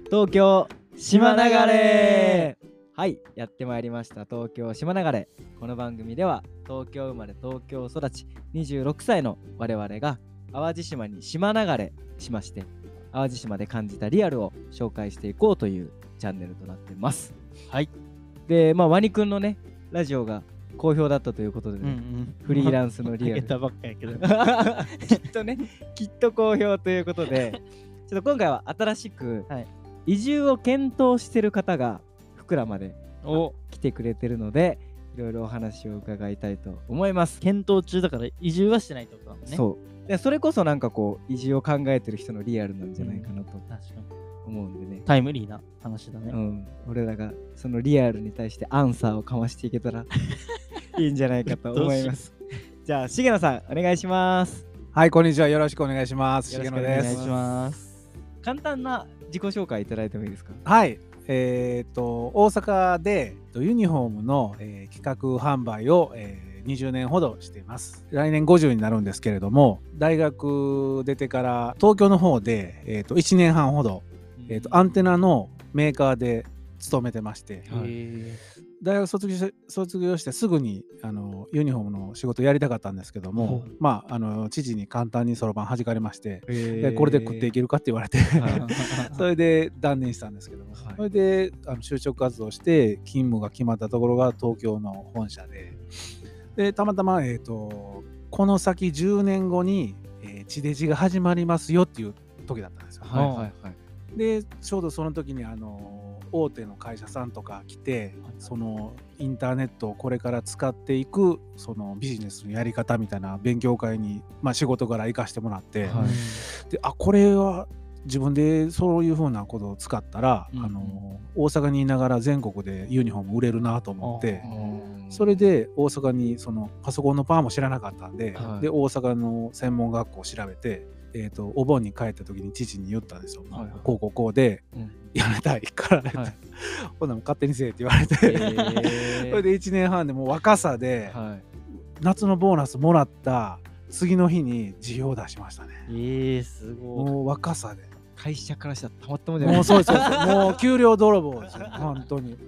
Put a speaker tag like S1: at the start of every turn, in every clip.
S1: 東京島流れ。はい、やってまいりました東京島流れ。この番組では東京生まれ東京育ち26歳の我々が淡路島に島流れしまして、淡路島で感じたリアルを紹介していこうというチャンネルとなってます。
S2: はい。
S1: で、ワニくんのねラジオが好評だったということでね、フリーランスのリアル
S2: あげたばっかやけど
S1: きっと好評ということでちょっと今回は新しく、
S2: はい、
S1: 移住を検討してる方が福良まで来てくれてるので、いろいろお話を伺いたいと思います。
S2: 検討中だから移住はしてないってことだもんね。
S1: そうで、それこそなんかこう移住を考えてる人のリアルなんじゃないかなと
S2: 確かに
S1: 思うんでね、
S2: タイムリーな話だね。
S1: 俺らがそのリアルに対してアンサーをかましていけたらいいんじゃないかと思います。じゃあ重野さんお願いします。
S3: はい、こんにちは。よろしくお願いします。
S1: よろしくお願いします。簡単な自己紹介いただいてもいいですか？
S3: はい、大阪でユニフォームの、企画販売を、20年ほどしています。来年50になるんですけれども、大学出てから東京の方で、1年半ほど、アンテナのメーカーで勤めてまして、大学卒業してすぐにユニフォームの仕事やりたかったんですけども、父に簡単にそろばん弾かれまして、これで食っていけるかって言われてそれで断念したんですけども、それで就職活動して勤務が決まったところが東京の本社で、たまたま、この先10年後に、地デジが始まりますよっていう時だったんですよ。でちょうどその時に大手の会社さんとか来て、そのインターネットをこれから使っていくそのビジネスのやり方みたいな勉強会に、仕事から行かしてもらって、でこれは自分でそういうふうなことを使ったら、大阪にいながら全国でユニフォーム売れるなと思って、それで大阪にそのパソコンのパンも知らなかったんで、で大阪の専門学校を調べて、お盆に帰った時に父に言ったんですよ。こうで、やめたいからほなも勝手にせえって言われてそれで1年半でもう若さで、夏のボーナスもらった次の日に辞表を出しましたね。
S2: すごい。
S3: もう若さで
S1: 会社からしたらたまったもんじゃない。
S3: もうそうもう給料泥棒ですよ本当に。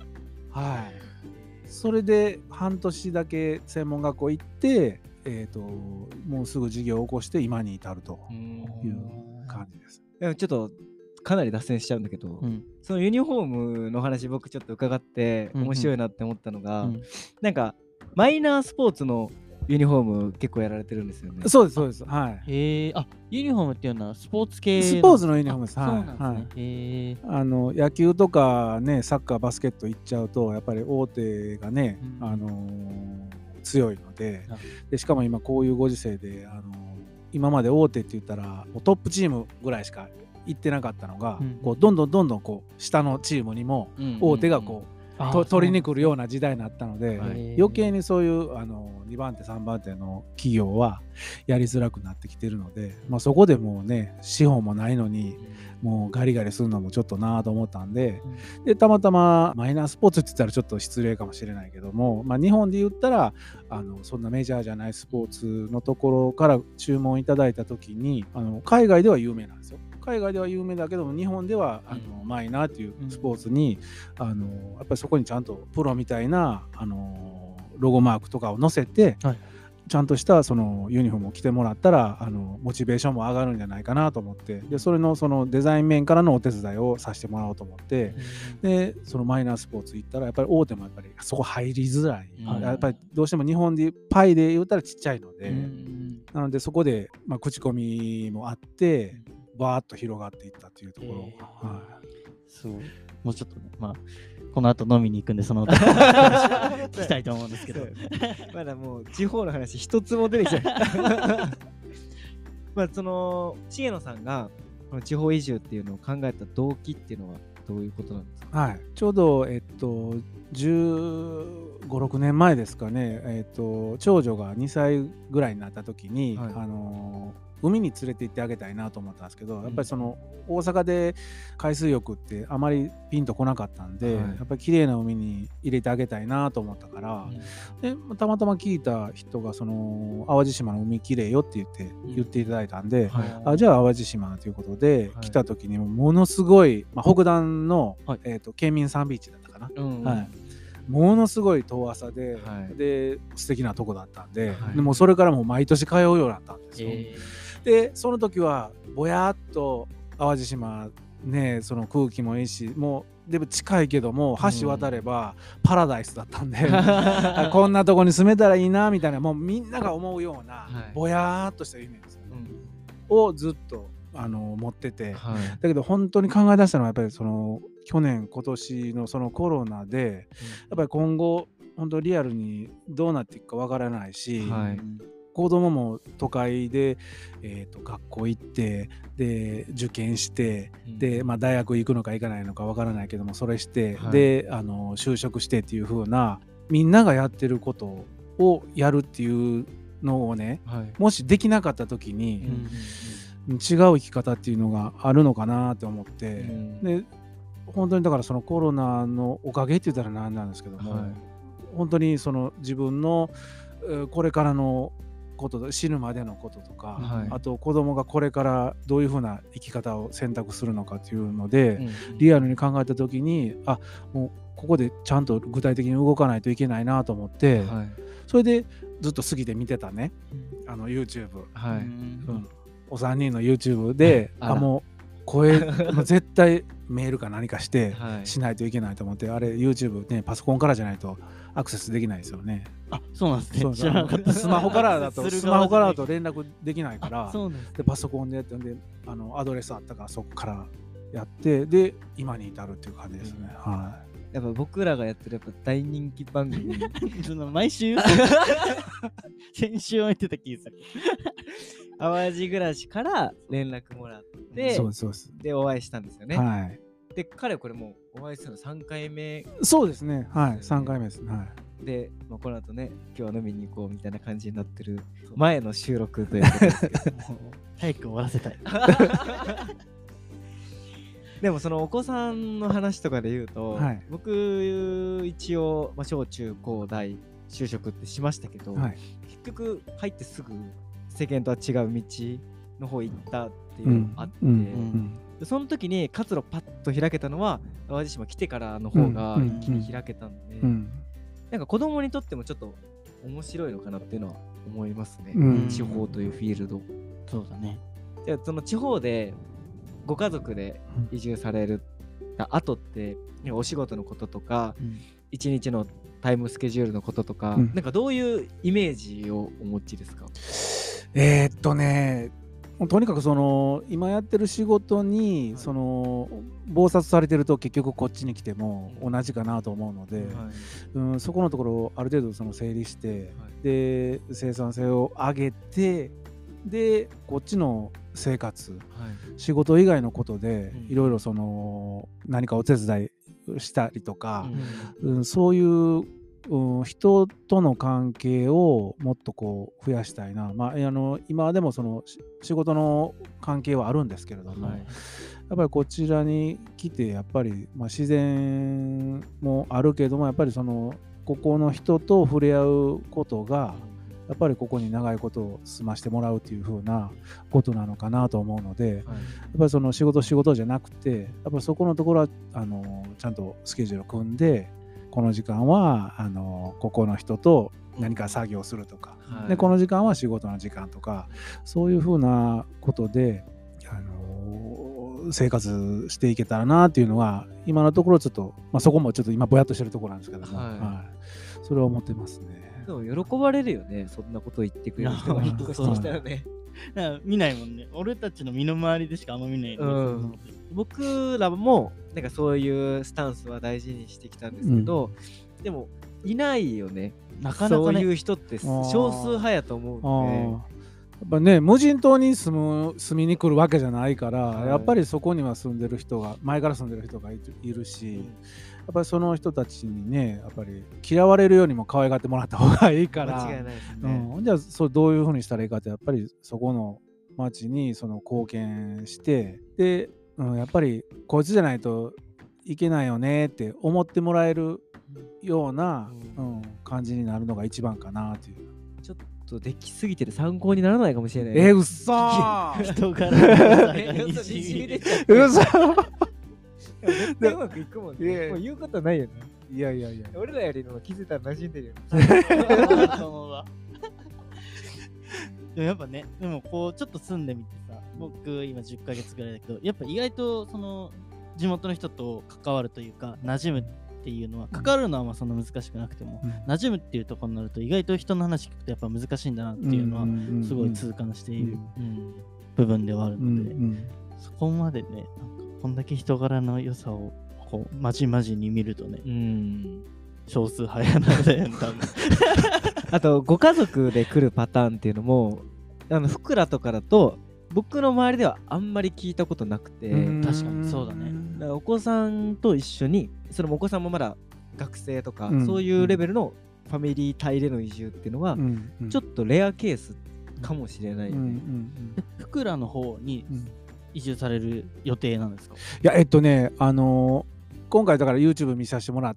S3: それで半年だけ専門学校行って、もうすぐ事業を起こして今に至るという感じです。
S1: でもちょっとかなり脱線しちゃうんだけど、そのユニフォームの話僕ちょっと伺って面白いなって思ったのが、なんかマイナースポーツのユニフォーム結構やられてるんですよね。
S3: そうです。
S2: ユニフォームっていうのはスポーツ系
S3: スポーツのユニフォームです。
S2: そうなんですね。
S3: 野球とかね、サッカーバスケット行っちゃうとやっぱり大手がね、強いので、しかも今こういうご時世で今まで大手って言ったらトップチームぐらいしか行ってなかったのが、こうどんどんこう下のチームにも大手がこう取りに来るような時代になったので、余計にそういう2番手3番手の企業はやりづらくなってきてるので、そこでもうね資本もないのにもうガリガリするのもちょっとなと思ったんで、たまたまマイナースポーツって言ったらちょっと失礼かもしれないけども、日本で言ったらそんなメジャーじゃないスポーツのところから注文いただいた時に海外では有名なんですよ。海外では有名だけども日本ではマイナーっていうスポーツにやっぱりそこにちゃんとプロみたいなロゴマークとかを載せて、ちゃんとしたそのユニフォームを着てもらったらモチベーションも上がるんじゃないかなと思って、でそれのそのデザイン面からのお手伝いをさせてもらおうと思って、でそのマイナースポーツ行ったらやっぱり大手もやっぱりそこ入りづらい、やっぱりどうしても日本でパイで言ったらちっちゃいので、なのでそこで口コミもあってバーッと広がっていったというところ、
S2: そうもうちょっとね、この後飲みに行くんでその聞きたいと思うんですけど
S1: まだもう地方の話一つも出てきてないその重野さんがこの地方移住っていうのを考えた動機っていうのはどういうことなんですか？
S3: ちょうど15、6年前ですかね、長女が2歳ぐらいになった時に、 海に連れて行ってあげたいなと思ったんですけど、やっぱりその大阪で海水浴ってあまりピンとこなかったんで、
S1: はい
S3: やっぱり綺麗な海に入れてあげたいなと思ったから、でたまたま聞いた人がその淡路島の海綺麗よって言っていただいたんで、
S1: はい
S3: じゃあ淡路島ということで、
S1: はい
S3: 来た時にものすごい、北段の、
S2: はい
S3: 県民サンビーチだったかな、
S1: うん
S3: はい、ものすごい遠浅で、
S1: はい
S3: で素敵なとこだったんで、
S1: はい
S3: でもうそれからもう毎年通うようになったんですよ。
S2: え
S3: でその時はぼやっと淡路島ね、その空気もいいし、もうでも近いけども橋渡ればパラダイスだったんで、こんなとこに住めたらいいなみたいな、もうみんなが思うような、
S1: はい
S3: ぼやっとしたイメージ
S1: うん
S3: をずっと持ってて、
S1: はい
S3: だけど本当に考え出したのはやっぱりその去年今年のそのコロナで、やっぱり今後本当リアルにどうなっていくかわからないし、
S1: はい
S3: 子供も都会で、学校行ってで受験してで、大学行くのか行かないのかわからないけどもそれして、
S1: はい
S3: で就職してっていう風なみんながやってることをやるっていうのをね、
S1: はい
S3: もしできなかった時に、違う生き方っていうのがあるのかなって思って、で本当にだからそのコロナのおかげって言ったらなんなんですけども、
S1: はい
S3: 本当にその自分のこれからのこと死ぬまでのこととか、
S1: はい
S3: あと子供がこれからどういうふうな生き方を選択するのかっていうので、リアルに考えた時にもうここでちゃんと具体的に動かないといけないなと思って、
S1: はい
S3: それでずっと好きで見てたね、YouTube、
S1: はい
S3: お三人の YouTube で
S1: あら
S3: もう声もう絶対メールか何かして
S1: はい
S3: しないといけないと思って、あれ YouTube ねパソコンからじゃないとアクセスできないですよね。
S2: あ、そうなんですね。
S3: そう
S2: 知らなかった。
S3: スマホからだと
S2: する
S3: スマホからだと
S2: 側じ
S3: 連絡できないから
S2: ゃないそうなんです。
S3: でパソコンでやってんでアドレスあったからそこからやってで今に至るっていう感じですね。は
S1: やっぱ僕らがやってるやっぱ大人気番組
S2: その毎週先週も言ってた気がする。
S1: 淡路暮らしから連絡もらっ
S3: い。
S1: て
S3: そうですそうです。
S1: でお会いしたんですよね、
S3: はい。
S1: で彼これもうお会いするの3回目
S3: そうですね。はい。3回目ですね。はい。
S1: で、この後ね今日は飲みに行こうみたいな感じになってる前の収録ということですけど
S2: 早く終わらせたい。
S1: でもそのお子さんの話とかで言うと、
S3: はい
S1: 僕一応、小中高大就職ってしましたけど、
S3: はい。
S1: 結局入ってすぐ世間とは違う道の方行ったっていうのがあって、でその時に活路パッと開けたのは淡路島来てからの方が一気に開けたんで、なんか子供にとってもちょっと面白いのかなっていうのは思いますね、地方というフィールド。
S2: そうだね。
S1: じゃあその地方でご家族で移住される後って、お仕事のこととか、一日のタイムスケジュールのこととか、なんかどういうイメージをお持ちですか？
S3: とにかくその今やってる仕事に、その忙殺されてると結局こっちに来ても同じかなと思うので、そこのところをある程度その整理して、で生産性を上げてでこっちの生活、仕事以外のことでいろいろその何かお手伝いしたりとか、そういう人との関係をもっとこう増やしたいな、今でもその仕事の関係はあるんですけれども、やっぱりこちらに来てやっぱり、自然もあるけどもやっぱりそのここの人と触れ合うことがやっぱりここに長いことを済ましてもらうっていう風なことなのかなと思うので、やっぱりその仕事じゃなくてやっぱりそこのところはちゃんとスケジュールを組んでこの時間はここの人と何か作業するとか、でこの時間は仕事の時間とかそういう風なことで生活していけたらなっていうのは今のところちょっと、そこもちょっと今ぼやっとしてるところなんですけども、それは思ってますね。
S1: でも喜ばれるよね、そんなこと言ってくれる人が引っ越してきたらね。
S2: 見ないもんね。俺たちの身の回りでしかあんま見ない、
S1: 僕らもなんかそういうスタンスは大事にしてきたんですけど、でもいないよね。
S2: なかなかね、
S1: そういう人って少数派やと思うので。
S3: やっぱね、無人島に住みに来るわけじゃないから、やっぱりそこには住んでる人が前から住んでる人がいるし、やっぱりその人たちにねやっぱり嫌われるようにも可愛がってもらった方がいいから、
S1: 間違いないですね。
S3: じゃあどういうふうにしたらいいかってやっぱりそこの、 町にその貢献してで、やっぱりこいつじゃないといけないよねって思ってもらえるような、感じになるのが一番かなっていう。
S1: ちょっとできすぎてる参考にならないかもしれない。
S3: うっそー
S2: 人柄
S1: 嘘にじみ出ちゃっ
S3: うそ
S1: 絶対うまくいくもん
S3: いやい
S1: ね。
S3: や
S1: もう言うことないよね。
S3: いやいやいや
S1: 俺らよりも気づいたら馴染んでるよ。
S2: でもやっぱね、でもこうちょっと住んでみてさ、僕今10ヶ月ぐらいだけど、やっぱ意外とその地元の人と関わるというか、馴染むっていうのは、関わるのはまあそんな難しくなくても、馴染むっていうところになると、意外と人の話聞くとやっぱ難しいんだなっていうのは、すごい痛感している部分ではあるので、そこまでね、なんかこんだけ人柄の良さをこうまじまじに見るとね、少数派やなで多分。
S1: あとご家族で来るパターンっていうのもふくらとかだと僕の周りではあんまり聞いたことなくて、
S2: 確かにそうだね。
S1: だからお子さんと一緒にそのお子さんもまだ学生とか、そういうレベルのファミリー帯での移住っていうのは、ちょっとレアケースかもしれないよね。
S2: ふくらの方に移住される予定なんですか？
S3: いや今回だから YouTube 見させてもらって、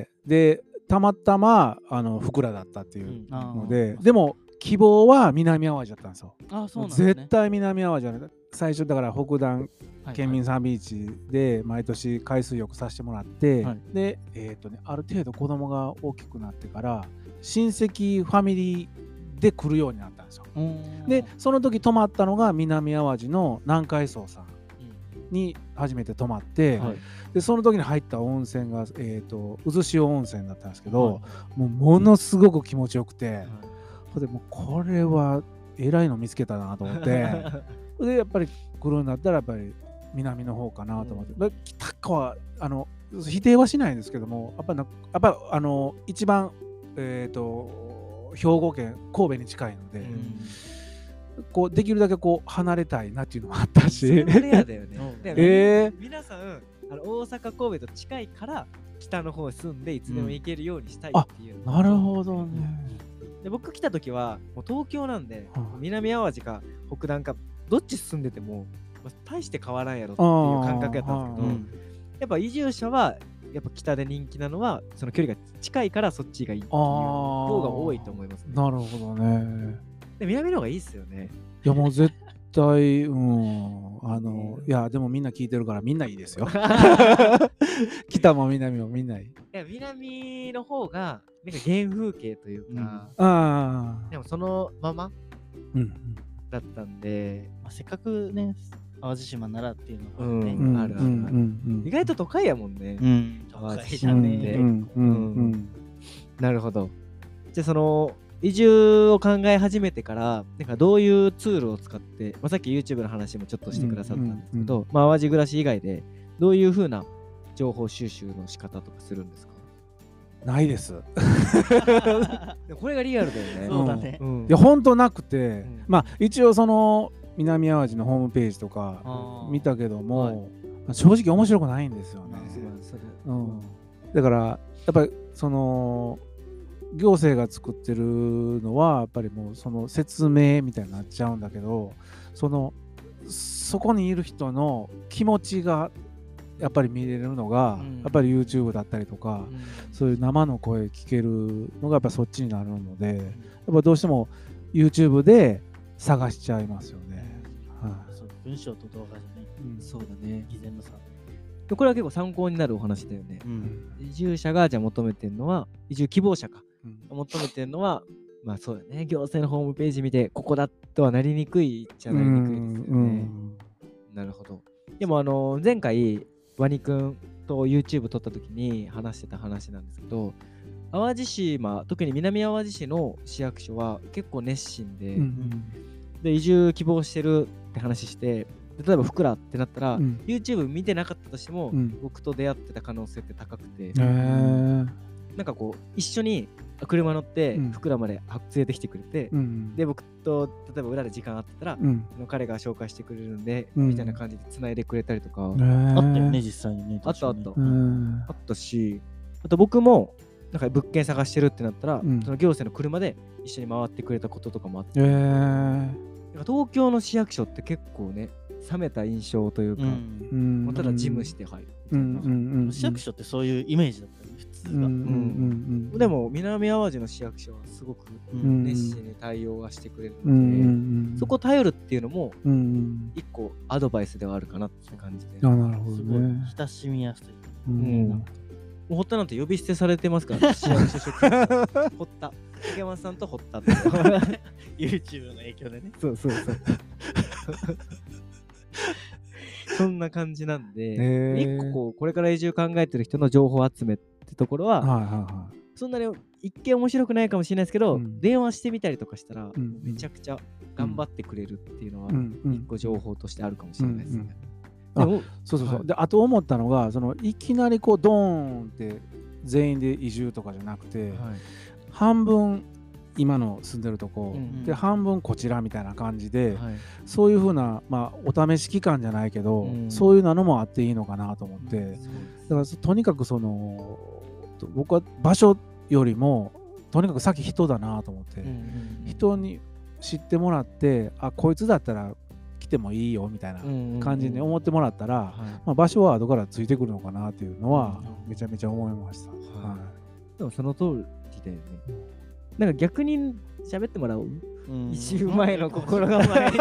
S3: でたまたまふくらだったっていうので、でも希望は南淡路だったんですよ。
S2: そうなんですね。
S3: 絶対南淡路じゃない。最初だから北段県民サンビーチで毎年海水浴させてもらって、である程度子供が大きくなってから親戚ファミリーで来るようになったんですよ。でその時泊まったのが南淡路の南海荘さんに初めて泊まって、でその時に入った温泉が渦潮温泉だったんですけど、ものすごく気持ちよくて、でもうこれはえらいの見つけたなと思ってでやっぱり来るんだったらやっぱり南の方かなと思って、北かは否定はしないんですけども、やっぱ一番兵庫県神戸に近いので、こうできるだけこう離れたいなっていうのもあったし、
S1: レアだよね。皆さん大阪神戸と近いから北の方に住んでいつでも行けるようにしたいっていう、
S3: なるほどね。
S1: で僕来た時はもう東京なんで、南淡路か北段かどっち住んでても、大して変わらんやろっていう感覚やったんですけど、やっぱ移住者はやっぱ北で人気なのはその距離が近いからそっちがいいっていう方が多いと思いますね。
S3: なるほどね。
S1: で南の方がいいっすよね。
S3: いやもう絶対いやでもみんな聞いてるからみんないいですよ。北も南もみんないい。い
S1: や南の方がなんか原風景というか、でもそのままだったんで、
S2: せっかくね淡路島ならっていうのが
S1: ある。意外と都会やもんね。
S2: 都会だね。
S1: なるほど。じゃあその移住を考え始めてからなんかどういうツールを使って、さっき YouTube の話もちょっとしてくださったんですけど、淡路暮らし以外でどういう風な情報収集の仕方とかするんですか？
S3: ないです。
S1: これがリアルだよね。
S2: そうだね。
S3: いや本当なくて、一応その南淡路のホームページとか見たけども、正直面白くないんですよね。だからやっぱりその行政が作ってるのはやっぱりもうその説明みたいになっちゃうんだけど、そこにいる人の気持ちがやっぱり見れるのが、やっぱり YouTube だったりとか、そういう生の声聞けるのがやっぱそっちになるので、やっぱどうしても YouTube で探しちゃいますよね。
S2: 文章と動画じゃね。
S1: そうだね。
S2: 偽善の差。
S1: これは結構参考になるお話だよね。移住者がじゃあ求めてるのは、移住希望者か、求めてるのは、そうだね、行政のホームページ見てここだとはなりにくいじゃなりにくいですよね。なるほど。でも前回ワニくんと YouTube 撮った時に話してた話なんですけど、淡路島、特に南淡路市の市役所は結構熱心で、移住希望してるって話して、例えばふくらってなったら、YouTube 見てなかったとしても、僕と出会ってた可能性って高くて、なんかこう一緒に車乗ってふくらまで連れてきてくれて、で僕と例えば裏で時間あったら、彼が紹介してくれるんで、みたいな感じで繋いでくれたりとか、
S2: あったよね実際にね。
S1: あったし、あと僕もなんか物件探してるってなったら、その行政の車で一緒に回ってくれたこととかもあって、 東京の市役所って結構ね冷めた印象というか、もうただ事務して入るみたいな、
S2: 市役所ってそういうイメージだったよね普通が。
S1: でも南淡路の市役所はすごく熱心に対応はしてくれるので、そこを頼るっていうのも一個アドバイスではあるかなって感じで、
S3: なるほど
S2: すごい
S3: ね。
S2: 親しみやすい。
S1: もう堀田なんて呼び捨てされてますから市役所職員が堀田竹山さんと堀田って
S2: YouTube の影響でね。
S1: そうそんな感じなんで、一個こうこれから移住考えてる人の情報集めってところは、そんなに一見面白くないかもしれないですけど、電話してみたりとかしたら、めちゃくちゃ頑張ってくれるっていうのは一個情報としてあるかもしれないですね。
S3: そう。で、あと思ったのが、そのいきなりこうドーンって全員で移住とかじゃなくて、半分今の住んでるとこ、で半分こちらみたいな感じで、そういうふうな、お試し期間じゃないけど、そういうのもあっていいのかなと思って、だからとにかくその僕は場所よりもとにかく先人だなと思って、人に知ってもらって、あ、こいつだったら来てもいいよみたいな感じに思ってもらったら、場所は後からついてくるのかなっていうのはめちゃめちゃ思いました。
S1: でもその通りだよね。なんか逆に喋ってもらおう。移住前の心構え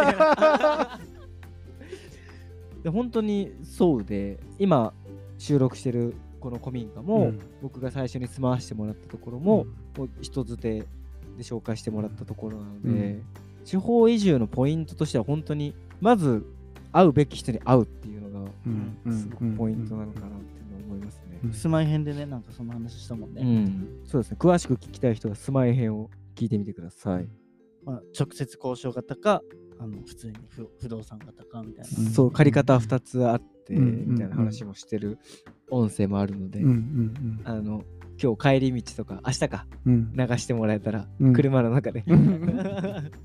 S1: で本当にそうで、今収録してるこの古民家も、僕が最初に住まわせてもらったところも、もう人づてで紹介してもらったところなので、地方移住のポイントとしては本当にまず会うべき人に会うっていうのがすごくポイントなのかなっていうのは思いますね。
S2: 住まい編でね、なんかその話したもんね。
S1: そうですね。詳しく聞きたい人は住まい編を聞いてみてください。
S2: 直接交渉型か、普通に不動産型かみたいな。
S1: そう、借り方2つあってみたいな話もしてる音声もあるので、今日帰り道とか明日か流してもらえたら、車の中で